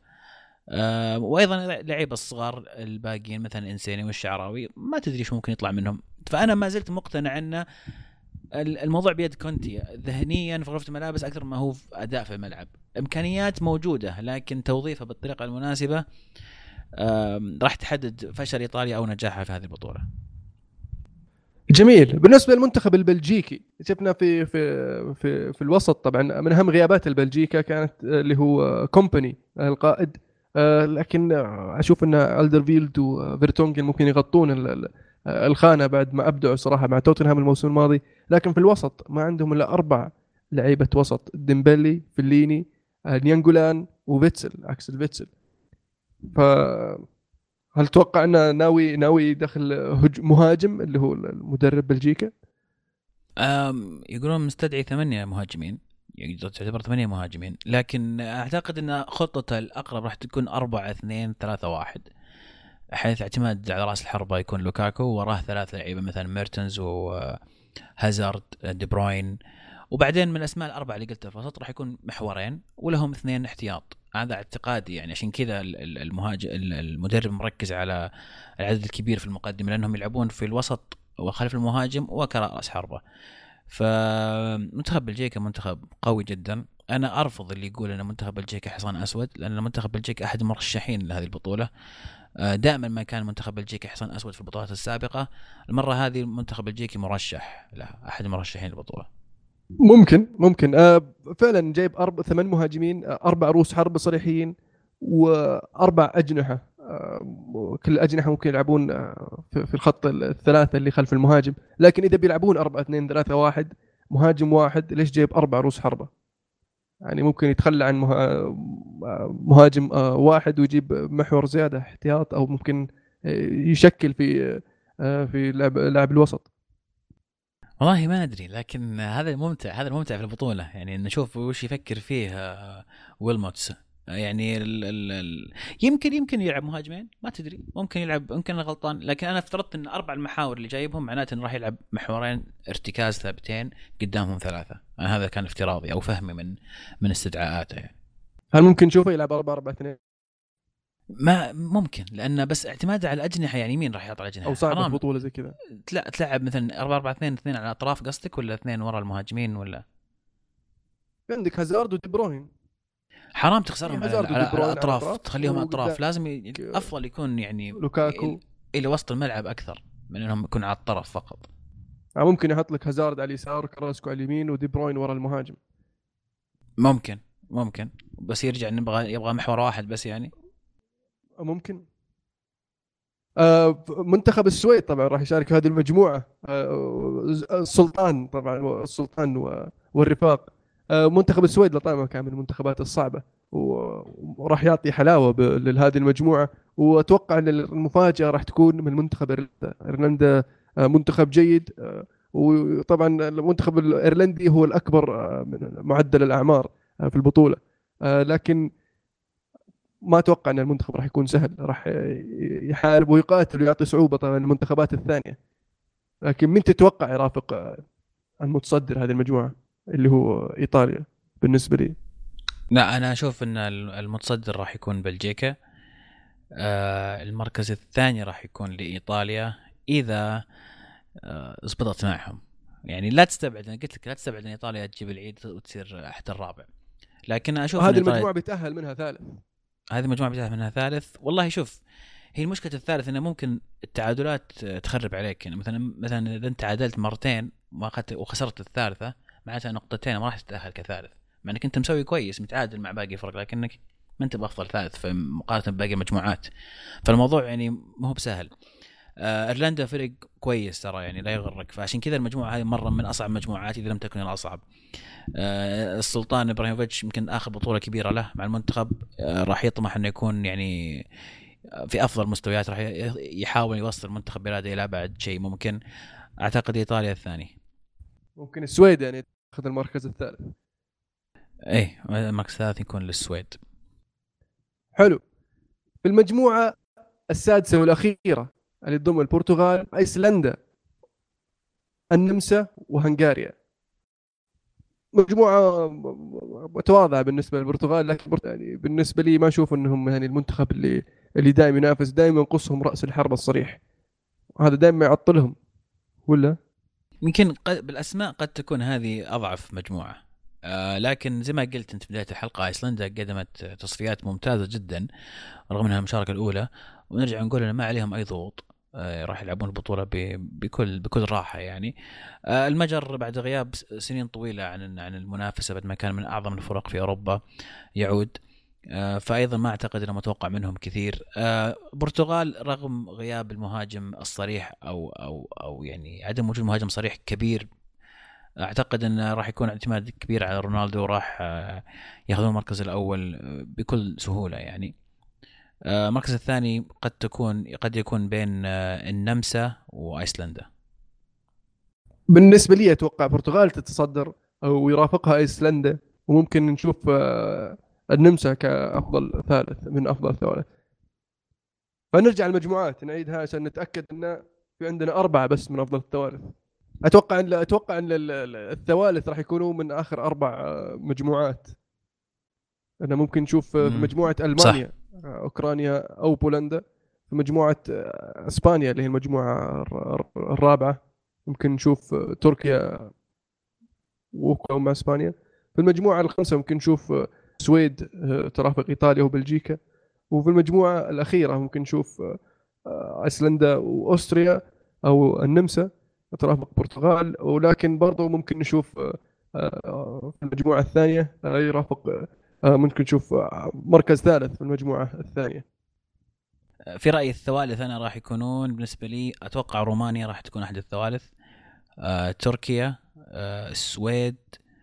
وايضا لعيبه الصغار الباقيين مثلا انسيني والشعراوي ما تدري ايش ممكن يطلع منهم. فانا ما زلت مقتنع ان الموضوع بيد كونتي ذهنيا في غرفه الملابس اكثر ما هو في اداء في الملعب. امكانيات موجوده لكن توظيفها بالطريقه المناسبه راح تحدد فشل ايطاليا او نجاحها في هذه البطوله. جميل. بالنسبه للمنتخب البلجيكي شفنا في الوسط طبعا من اهم غيابات البلجيكا كانت اللي هو كومباني القائد. لكن اشوف ان الدرفيلد وفيرتونجن ممكن يغطون الخانه بعد ما ابدعوا صراحه مع توتنهام الموسم الماضي. لكن في الوسط ما عندهم الا 4 لعيبه وسط: ديمبلي، فيليني، نيانجولان، وفيتسل، عكس الفيتسل. ف هل تتوقع انه ناوي يدخل مهاجم اللي هو المدرب بلجيكا؟ يقولون مستدعي 8 مهاجمين، يعني تعتبر 8 مهاجمين، لكن اعتقد ان خطته الاقرب راح تكون 4-2-3-1، حيث اعتماد على راس الحربة يكون لوكاكو، وراه 3 لعيبه مثلا ميرتنز وهازارد دي بروين، وبعدين من الاسماء الاربعه اللي قلتها في الوسط راح يكون محورين ولهم 2 احتياط. هذا اعتقادي يعني. عشان كذا المدرب مركز على العدد الكبير في المقدمه، لانهم يلعبون في الوسط وخلف المهاجم وكرأس حربة. فمنتخب بلجيكا منتخب قوي جدا. انا ارفض اللي يقول ان منتخب بلجيكا حصان اسود، لان منتخب بلجيكا احد المرشحين لهذه البطوله. دائما ما كان منتخب بلجيكا حصان اسود في البطولات السابقه، المره هذه المنتخب البلجيكي مرشح له، احد المرشحين للبطوله. ممكن فعلا جايب 8 مهاجمين، 4 رؤوس حرب صريحيين، واربع اجنحه. كل الاجنحه ممكن يلعبون في الخط الثلاثه اللي خلف المهاجم. لكن اذا بيلعبون 4-2-3-1 مهاجم واحد، ليش جايب 4 رؤوس حربه؟ يعني ممكن يتخلى عن مهاجم واحد ويجيب محور زياده احتياط، او ممكن يشكل في لعب الوسط. والله ما ندري، لكن هذا الممتع في البطوله، يعني نشوف وش يفكر فيه ويلموتس. يعني يمكن يلعب مهاجمين، ما تدري، ممكن يلعب، ممكن انا غلطان، لكن انا افترضت ان 4 المحاور اللي جايبهم معناته انه راح يلعب محورين ارتكاز ثابتين قدامهم 3. أنا هذا كان افتراضي او فهمي من استدعاءاته يعني. هل ممكن نشوفه يلعب 4-4-2 ما ممكن، لانه بس اعتماده على الاجنحه، يعني مين راح يحط الاجنحه؟ او صعبه في بطوله زي كذا؟ تلعب مثلا 4-4-2 2 على الاطراف قصدك، ولا 2 ورا المهاجمين؟ ولا عندك هازارد ودي بروين، حرام تخسرهم على هازارد ودي بروين على الاطراف، تخليهم اطراف. لازم وقدامك افضل يكون يعني لوكاكو. الى وسط الملعب اكثر من انهم يكون على الطرف فقط. ممكن يحط لك هازارد على اليسار، كراسكو على اليمين، ودي بروين ورا المهاجم. ممكن بس يرجع يبغى محور واحد بس يعني. ممكن. منتخب السويد طبعا راح يشارك في هذه المجموعة. السلطان طبعا، السلطان والرفاق. منتخب السويد لطالما كان من المنتخبات الصعبة، وراح يعطي حلاوة لهذه المجموعة. وأتوقع أن المفاجأة راح تكون من منتخب إيرلندا. منتخب جيد. وطبعا المنتخب الإيرلندي هو الأكبر من معدل الأعمار في البطولة. لكن ما اتوقع ان المنتخب راح يكون سهل، راح يحارب ويقاتل ويعطي صعوبه طبعا المنتخبات الثانيه. لكن من تتوقع يرافق المتصدر هذه المجموعه اللي هو ايطاليا بالنسبه لي؟ لا انا اشوف ان المتصدر راح يكون بلجيكا. المركز الثاني راح يكون لايطاليا اذا زبطت معهم. يعني لا تستبعد، انا قلت لك لا تستبعد ان ايطاليا تجيب العيد وتصير احد الرابع، لكن اشوف هذه المجموعه بيتاهل منها ثالث. هذه المجموعه بتاعها منها ثالث. والله شوف، هي المشكله الثالث انه ممكن التعادلات تخرب عليك. يعني مثلا اذا انت تعادلت مرتين ما اخذت وخسرت الثالثه، معناتها نقطتين ما راح تتأهل كثالث، مع انك انت مسوي كويس متعادل مع باقي الفرق، لكنك ما انت بافضل ثالث في مقارنه بباقي المجموعات. فالموضوع يعني ما هو بسهل. ايرلندا فريق كويس ترى يعني لا يغرك، فعشان كذا المجموعه هذه مره من اصعب المجموعات اذا لم تكن الاصعب. السلطان ابراهيموفيتش يمكن اخر بطوله كبيره له مع المنتخب، راح يطمح انه يكون يعني في افضل مستويات، راح يحاول يوصل المنتخب بلاده الى ابعد شيء ممكن. اعتقد ايطاليا الثاني، ممكن السويد يعني تاخذ المركز الثالث. ايه المركز الثالث يكون للسويد. حلو. في المجموعه السادسه والاخيره اللي تضم البرتغال، ايسلندا، النمسا، وهنغاريا. مجموعه متواضعه بالنسبه للبرتغال، لكن يعني بالنسبه لي ما اشوف انهم يعني المنتخب اللي دائما ينافس، دائما ينقصهم راس الحربه الصريح، وهذا دائما يعطلهم. ولا يمكن بالاسماء قد تكون هذه اضعف مجموعه، لكن زي ما قلت انت في بدايه الحلقه ايسلندا قدمت تصفيات ممتازه جدا رغم انها المشاركه الاولى، ونرجع نقول ان ما عليهم اي ضغوط، راح يلعبون البطوله بكل راحه يعني. المجر بعد غياب سنين طويله عن المنافسه، بعد ما كان من اعظم الفرق في اوروبا يعود، فايضا ما اعتقد انه متوقع منهم كثير. البرتغال رغم غياب المهاجم الصريح او يعني عدم وجود مهاجم صريح كبير، اعتقد انه راح يكون اعتماد كبير على رونالدو، وراح ياخذون المركز الاول بكل سهوله يعني. المركز الثاني قد يكون بين النمسا وايسلندا. بالنسبه لي اتوقع البرتغال تتصدر او يرافقها ايسلندا، وممكن نشوف النمسا كافضل ثالث من افضل ثالث. فنرجع المجموعات نعيدها عشان نتاكد ان في عندنا اربعه بس من افضل الثوالث. اتوقع ان الثوالث راح يكونوا من اخر اربع مجموعات. انا ممكن نشوف في مجموعه صح. المانيا، اوكرانيا او بولندا. في مجموعه اسبانيا اللي هي المجموعه الرابعه ممكن نشوف تركيا واوكرانيا مع اسبانيا. في المجموعه الخامسه ممكن نشوف السويد ترافق ايطاليا وبلجيكا. وفي المجموعه الاخيره ممكن نشوف ايسلندا واستريا او النمسا ترافق البرتغال. ولكن برضو ممكن نشوف في المجموعه الثانيه يرافق ممكن نشوف مركز ثالث في المجموعه الثانيه. في رايي الثوالث انا راح يكونون بالنسبه لي، اتوقع رومانيا راح تكون احد الثوالث، تركيا، السويد،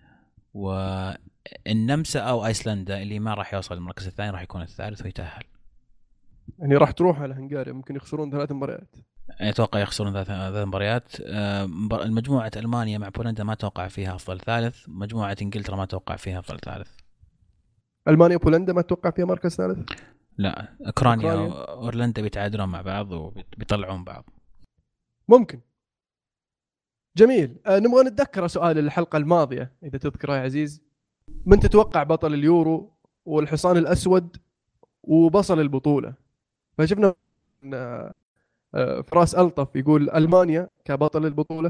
والنمسا او ايسلندا اللي ما راح يوصل المركز الثاني راح يكون الثالث ويتاهل. يعني راح تروح على هنغاريا، ممكن يخسرون 3 مباريات. اتوقع يخسرون ثلاث مباريات. المجموعه المانيا مع بولندا ما اتوقع فيها افضل ثالث، مجموعه انجلترا ما اتوقع فيها افضل ثالث. المانيا وبولندا ما تتوقع فيها مركز ثالث؟ لا، اوكرانيا وايرلندا بيتعادلون مع بعض وبيطلعون بعض. ممكن. جميل. نبغى نتذكر سؤال الحلقه الماضيه اذا تذكره يا عزيز. من تتوقع بطل اليورو والحصان الاسود وبصل البطوله؟ فشفنا فراس الطف يقول المانيا كبطل البطوله،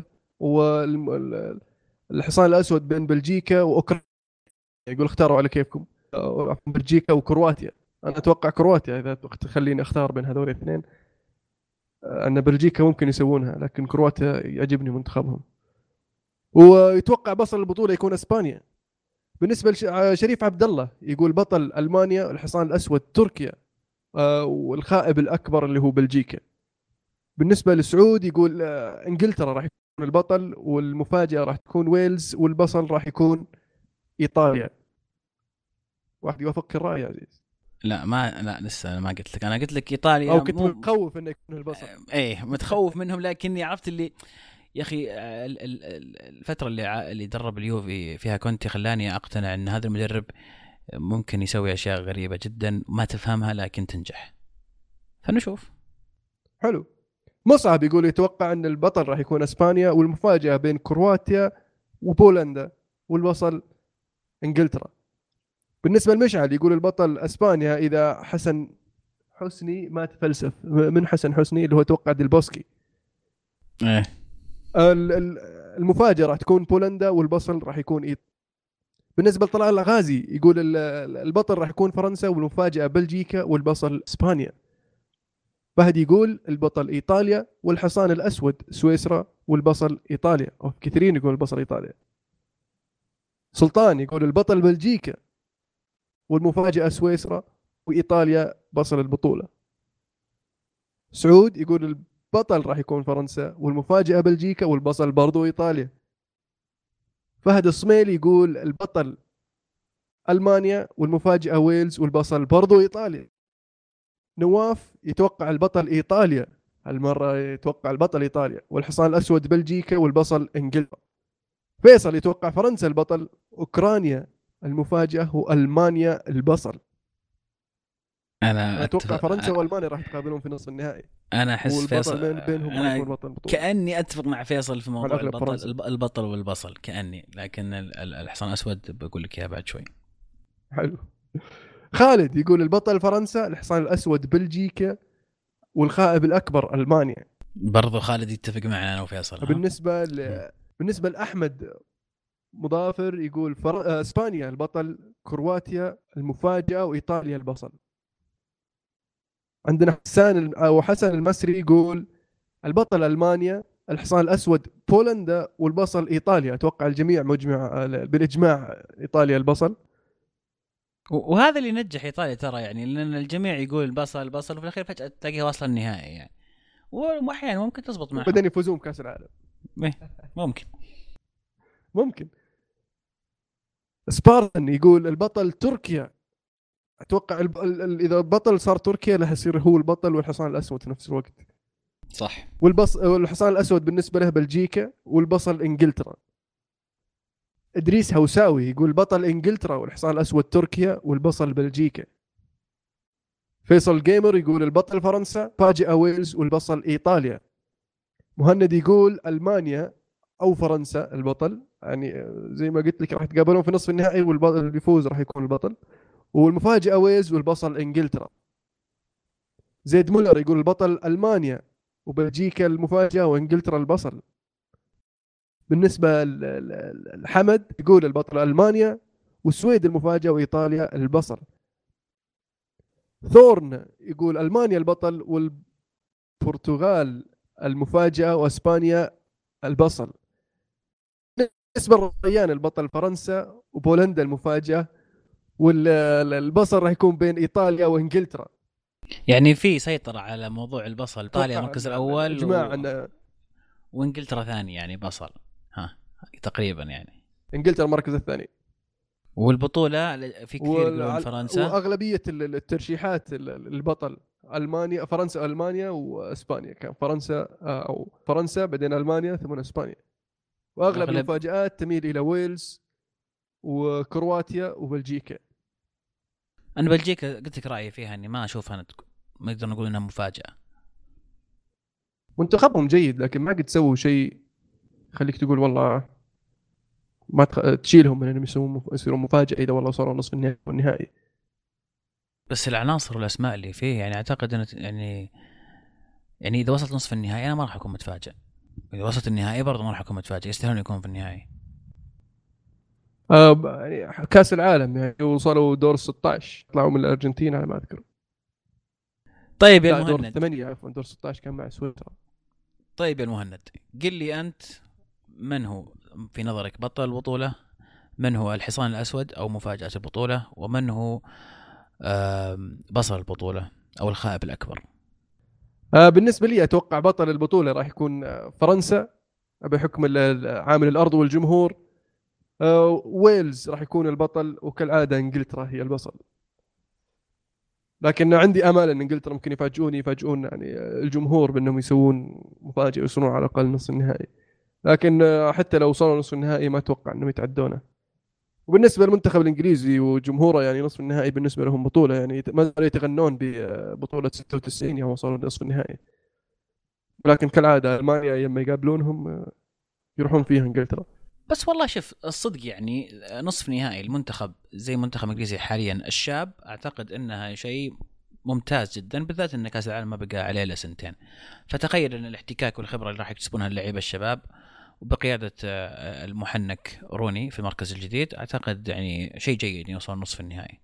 والحصان الاسود بين بلجيكا واوكرانيا. يقول اختاروا على كيفكم، بلجيكا وكرواتيا. انا اتوقع كرواتيا اذا تخليني اختار بين هذول الاثنين. ان بلجيكا ممكن يسوونها، لكن كرواتيا يعجبني منتخبهم. ويتوقع بطل البطوله يكون اسبانيا. بالنسبه لشريف عبد الله يقول بطل المانيا والحصان الاسود تركيا، والخائب الاكبر اللي هو بلجيكا. بالنسبه لسعود يقول انجلترا راح يكون البطل، والمفاجاه راح تكون ويلز، والبصل راح يكون ايطاليا. واحد يوافق الراي يا عزيز؟ لا لسه أنا ما قلت لك، انا قلت لك ايطاليا او كنت متخوف انه يكون البصل. ايه متخوف منهم، لكني عرفت اللي يا اخي الفتره اللي درب اليوفي فيها كونتي خلاني اقتنع ان هذا المدرب ممكن يسوي اشياء غريبه جدا ما تفهمها لكن تنجح، فنشوف. حلو. مصعب يقول يتوقع ان البطل راح يكون اسبانيا، والمفاجاه بين كرواتيا وبولندا، والبصل انجلترا. بالنسبه لمشعل يقول البطل اسبانيا اذا حسن حسني ما تفلسف. من حسن حسني اللي هو توقع ديلبوسكي. ايه المفاجاه راح تكون بولندا، والبصل راح يكون بالنسبه لطلال الغازي يقول البطل راح يكون فرنسا، والمفاجاه بلجيكا، والبصل اسبانيا. فهد يقول البطل ايطاليا، والحصان الاسود سويسرا، والبصل ايطاليا. او كثيرين يقول البصل ايطاليا. سلطان يقول البطل بلجيكا والمفاجأة سويسرا وإيطاليا بصل البطولة. سعود يقول البطل راح يكون فرنسا والمفاجأة بلجيكا والبصل برضو إيطاليا. فهد الصميل يقول البطل ألمانيا والمفاجأة ويلز والبصل برضو إيطاليا. نواف يتوقع البطل إيطاليا، هالمرة يتوقع البطل إيطاليا والحصان الأسود بلجيكا والبصل إنجلترا. فيصل يتوقع فرنسا البطل، أوكرانيا المفاجأة وألمانيا البصل. انا أتوقع اتفق. فرنسا وألمانيا راح يتقابلون في نصف النهائي، انا احس فيصل، والبطل بينهم راح انا يكون بطل البطولة كاني اتفق مع فيصل في على موضوع الأغلب فرنسا. البطل والبصل كاني، لكن الحصان الاسود بقول لك اياها بعد شوي. حلو. خالد يقول البطل فرنسا، الحصان الأسود بلجيكا والخائب الأكبر ألمانيا. برضو خالد يتفق معنا انا وفيصل. ها بالنسبة لأحمد مضافر يقول اسبانيا البطل، كرواتيا المفاجأة وإيطاليا البصل. عندنا حسن المسري يقول البطل ألمانيا، الحصان الأسود بولندا والبصل إيطاليا. أتوقع الجميع مجمع بالإجماع إيطاليا البصل. وهذا اللي نجح ايطاليا ترى، يعني لان الجميع يقول البصل وفي الاخير فجاه تلاقيها واصله النهائي يعني، واحيانا ممكن تزبط معهم. وبعدين يفوزون بكأس العالم. ممكن. ممكن. سبارتن يقول البطل تركيا. اتوقع اذا البطل صار تركيا راح يصير هو البطل والحصان الاسود في نفس الوقت. صح. والحصان الاسود بالنسبه له بلجيكا والبصل انجلترا. ادريس هوساوي يقول بطل انجلترا والحصان الاسود تركيا والبصل بلجيكا. فيصل جيمر يقول البطل فرنسا، فاجئة ويلز والبصل ايطاليا. مهند يقول المانيا او فرنسا البطل، يعني زي ما قلت لك راح يتقابلون في نصف النهائي واللي بيفوز راح يكون البطل، والمفاجأة ويلز والبصل انجلترا. زيد مولر يقول البطل المانيا وبلجيكا المفاجأة وانجلترا البصل. بالنسبة لحمد يقول البطل المانيا والسويد المفاجأة وايطاليا البصل. ثورن يقول المانيا البطل والبرتغال المفاجأة واسبانيا البصل. بالنسبة للريان البطل فرنسا وبولندا المفاجأة، والبصل راح يكون بين ايطاليا وانجلترا. يعني في سيطرة على موضوع البصل، ايطاليا المركز الاول اجماع وانجلترا ثاني يعني بصل، ها تقريبا يعني انجلترا المركز الثاني. والبطولة في كثير يقولون فرنسا، واغلبية الترشيحات البطل المانيا، فرنسا المانيا واسبانيا. كان فرنسا او فرنسا بعدين المانيا ثم اسبانيا. واغلب المفاجآت تميل الى ويلز وكرواتيا وبلجيكا. انا بلجيكا قلت لك رايي فيها اني ما اشوفها ما نقدر نقول انها مفاجاه. منتخبهم جيد لكن ما قد سووا شيء خليك تقول والله ما تشيلهم من انهم يصيرون مفاجاه اذا والله صاروا نصف النهائي والنهائي. بس العناصر والاسماء اللي فيه يعني اعتقد ان يعني اذا وصلت نصف النهائي انا ما راح اكون متفاجئ، اذا وصلت النهائي برضه ما راح اكون متفاجئ، يستاهلون يكون في النهائي. يعني كاس العالم يعني وصلوا دور 16 طلعوا من الارجنتين على ما اذكر. طيب يا دور المهند، 8 عفوا دور 16 كان مع سويسرا. طيب يا المهند قل لي انت من هو في نظرك بطل البطوله، من هو الحصان الاسود او مفاجاه البطوله، ومن هو بصل البطوله او الخائب الاكبر؟ بالنسبه لي اتوقع بطل البطوله راح يكون فرنسا بحكم عامل الارض والجمهور. ويلز راح يكون البطل وكالعاده انجلترا هي البصل. لكن عندي امل ان انجلترا ممكن يفاجئون يعني الجمهور بانهم يسوون مفاجاه ويوصلون على الاقل نصف النهائي. لكن حتى لو وصلوا نصف النهائي ما اتوقع انهم يتعدونه. وبالنسبه للمنتخب الانجليزي وجمهوره يعني نصف النهائي بالنسبه لهم بطوله، يعني ما زالوا يتغنون ببطوله 96 يوم وصلوا لنصف النهائي. ولكن كالعاده المانيا لما يقابلونهم يروحون فيها انجلترا. بس والله شوف الصدق يعني نصف نهائي المنتخب زي منتخب الانجليزي حاليا الشاب اعتقد انها شيء ممتاز جدا، بالذات ان كاس العالم ما بقى عليه الا سنتين، فتخيل ان الاحتكاك والخبره اللي راح يكتسبونها اللعيبه الشباب وبقياده المحنك روني في المركز الجديد، اعتقد يعني شيء جيد يوصل نصف النهائي.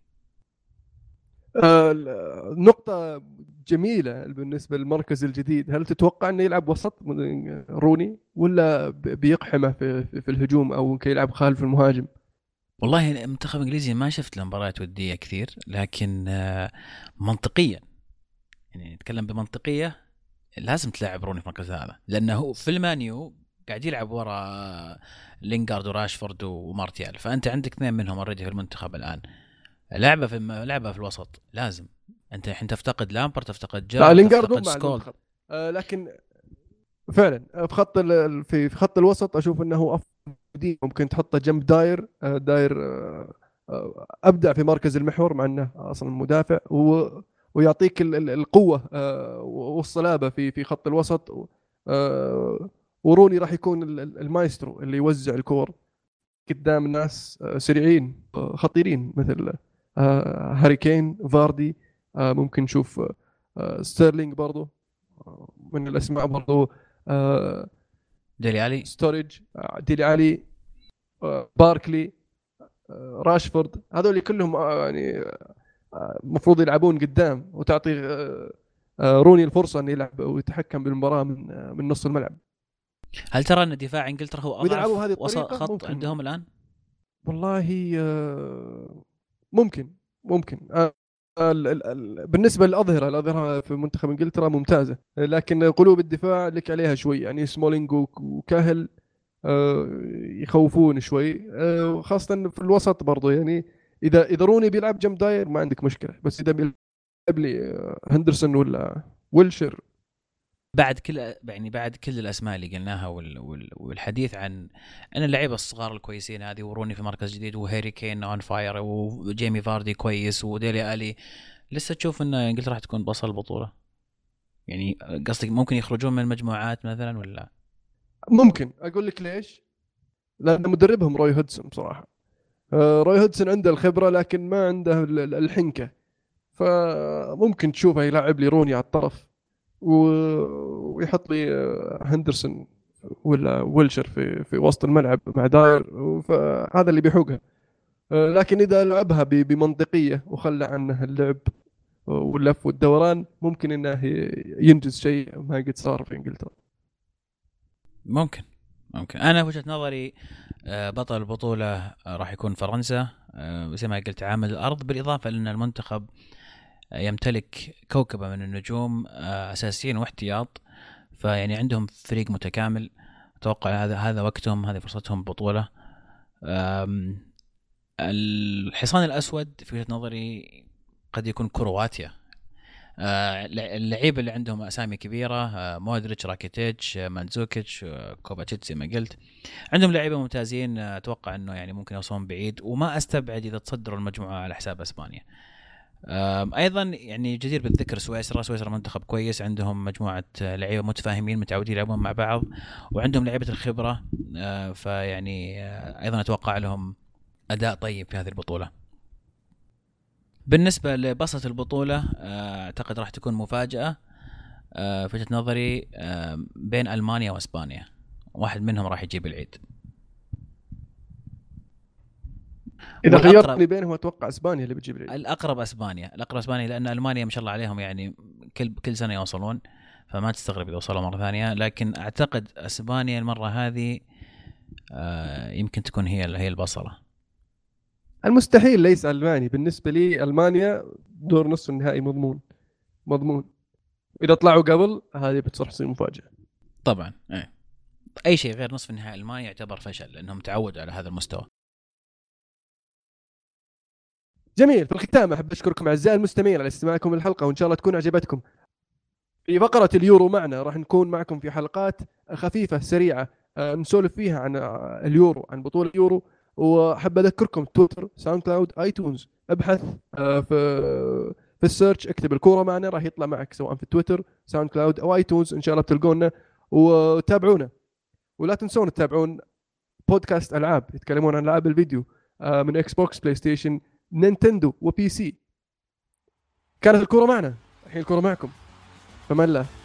نقطة جميلة بالنسبة للمركز الجديد. هل تتوقع أنه يلعب وسط روني ولا بيقحمه في الهجوم أو يلعب خالف المهاجم؟ والله المنتخب الانجليزي ما شفت له مباريات وديه كثير، لكن منطقيا يعني نتكلم بمنطقيه لازم تلعب روني في المركز هذا، لانه هو في المانيو قاعد يلعب ورا لينغارد وراشفورد ومارتيال، فانت عندك اثنين منهم اوريدي في المنتخب الان. لعبه في الوسط لازم. انت الحين تفتقد لامبر، تفتقد لا جيرارد، لينغارد مو تفتقد مع سكول. المنتخب، لكن فعلا في خط في خط الوسط اشوف انه هو افضل. ممكن تحطه جنب داير. داير ابدع في مركز المحور مع انه اصلا مدافع، ويعطيك القوه والصلابه في خط الوسط. وروني راح يكون المايسترو اللي يوزع الكور قدام ناس سريعين خطيرين مثل هاري كين، فاردي. ممكن نشوف ستيرلينج برضو من الاسماء برضو. ديلي علي. ستوريج، ديلي علي، باركلي، راشفورد. هذول كلهم يعني المفروض يلعبون قدام، وتعطي روني الفرصه انه يلعب ويتحكم بالمباراه من نص الملعب. هل ترى ان دفاع انجلترا هو واذا اضعف لعبوا هذه وسط الطريقه خط ممكن. عندهم الان؟ والله ممكن بالنسبه للاظهره، الاظهره في منتخب انجلترا ممتازه، لكن قلوب الدفاع لك عليها شوي. يعني سمولينج وكاهل يخوفون شوي، خاصه في الوسط برضو. يعني اذا روني بيلعب جنب داير ما عندك مشكله، بس اذا بيلعب لي هندرسون ولا ويلشر. بعد كل الاسماء اللي قلناها والحديث عن ان اللعيبه الصغار الكويسين هذه، وروني في مركز جديد، وهاري كين اون فاير، وجيمي فاردي كويس، وديلي الي، لسه تشوف ان انجلترا راح تكون بطل البطوله؟ يعني قصدك ممكن يخرجون من المجموعات مثلا ولا؟ ممكن اقول لك ليش. لان مدربهم روي هودسون بصراحه. روي هودسون عنده الخبره لكن ما عنده الحنكه. فممكن تشوفه يلعب لي روني على الطرف، ويحط لي هندرسون ولا ويلشر في وسط الملعب مع داير. فهذا اللي بيحوقها. لكن اذا لعبها بمنطقيه وخلى عنه اللعب واللف والدوران، ممكن انه ينجز شيء ما قد صار في انجلترا. ممكن انا في وجهه نظري بطل البطوله راح يكون فرنسا، زي ما قلت عامل الارض، بالاضافه لان المنتخب يمتلك كوكبه من النجوم اساسيين واحتياط، فيعني عندهم فريق متكامل. اتوقع هذا وقتهم، هذه فرصتهم ببطوله. الحصان الاسود في وجهه نظري قد يكون كرواتيا. اللعيبه اللي عندهم اسامي كبيره، مودريتش، راكيتيتش، مانزوكيتش، كوفاتشيتش زي ما قلت، عندهم لعيبه ممتازين. اتوقع انه يعني ممكن يوصلون بعيد، وما استبعد اذا تصدروا المجموعه على حساب اسبانيا. ايضا يعني جدير بالذكر سويسرا منتخب كويس، عندهم مجموعه لعيبه متفاهمين متعودين يلعبون مع بعض، وعندهم لعيبه الخبره. فيعني ايضا اتوقع لهم اداء طيب في هذه البطوله. بالنسبه لبصة البطوله اعتقد راح تكون مفاجاه في وجهه نظري بين المانيا واسبانيا، واحد منهم راح يجيب العيد. اذا خيرتني بينهم اتوقع اسبانيا اللي بتجيب العيد. الاقرب اسبانيا لان المانيا ما شاء الله عليهم يعني كل سنه يوصلون، فما تستغرب اذا وصلوا مره ثانيه. لكن اعتقد اسبانيا المره هذه يمكن تكون هي البصله. المستحيل ليس الماني بالنسبه لي. المانيا دور نصف النهائي مضمون. اذا طلعوا قبل هذه بتصير مفاجاه. طبعا اي شيء غير نصف النهائي المانيا يعتبر فشل، لانهم تعودوا على هذا المستوى. جميل. في الختام احب اشكركم اعزائي المستمعين على استماعكم للحلقه، وان شاء الله تكون عجبتكم. في فقره اليورو معنا راح نكون معكم في حلقات خفيفه سريعه نسولف فيها عن اليورو، عن بطوله اليورو. واحب اذكركم تويتر، ساوند كلاود، ايتونز. ابحث في السيرش، اكتب الكوره معنا راح يطلع معك، سواء في تويتر، ساوند كلاود او ايتونز. ان شاء الله بتلقونا وتابعونا. ولا تنسون تتابعون بودكاست العاب يتكلمون عن العاب الفيديو من اكس بوكس، بلاي ستيشن، نينتندو وبي سي. كانت الكوره معنا، الحين الكوره معكم. فما الله.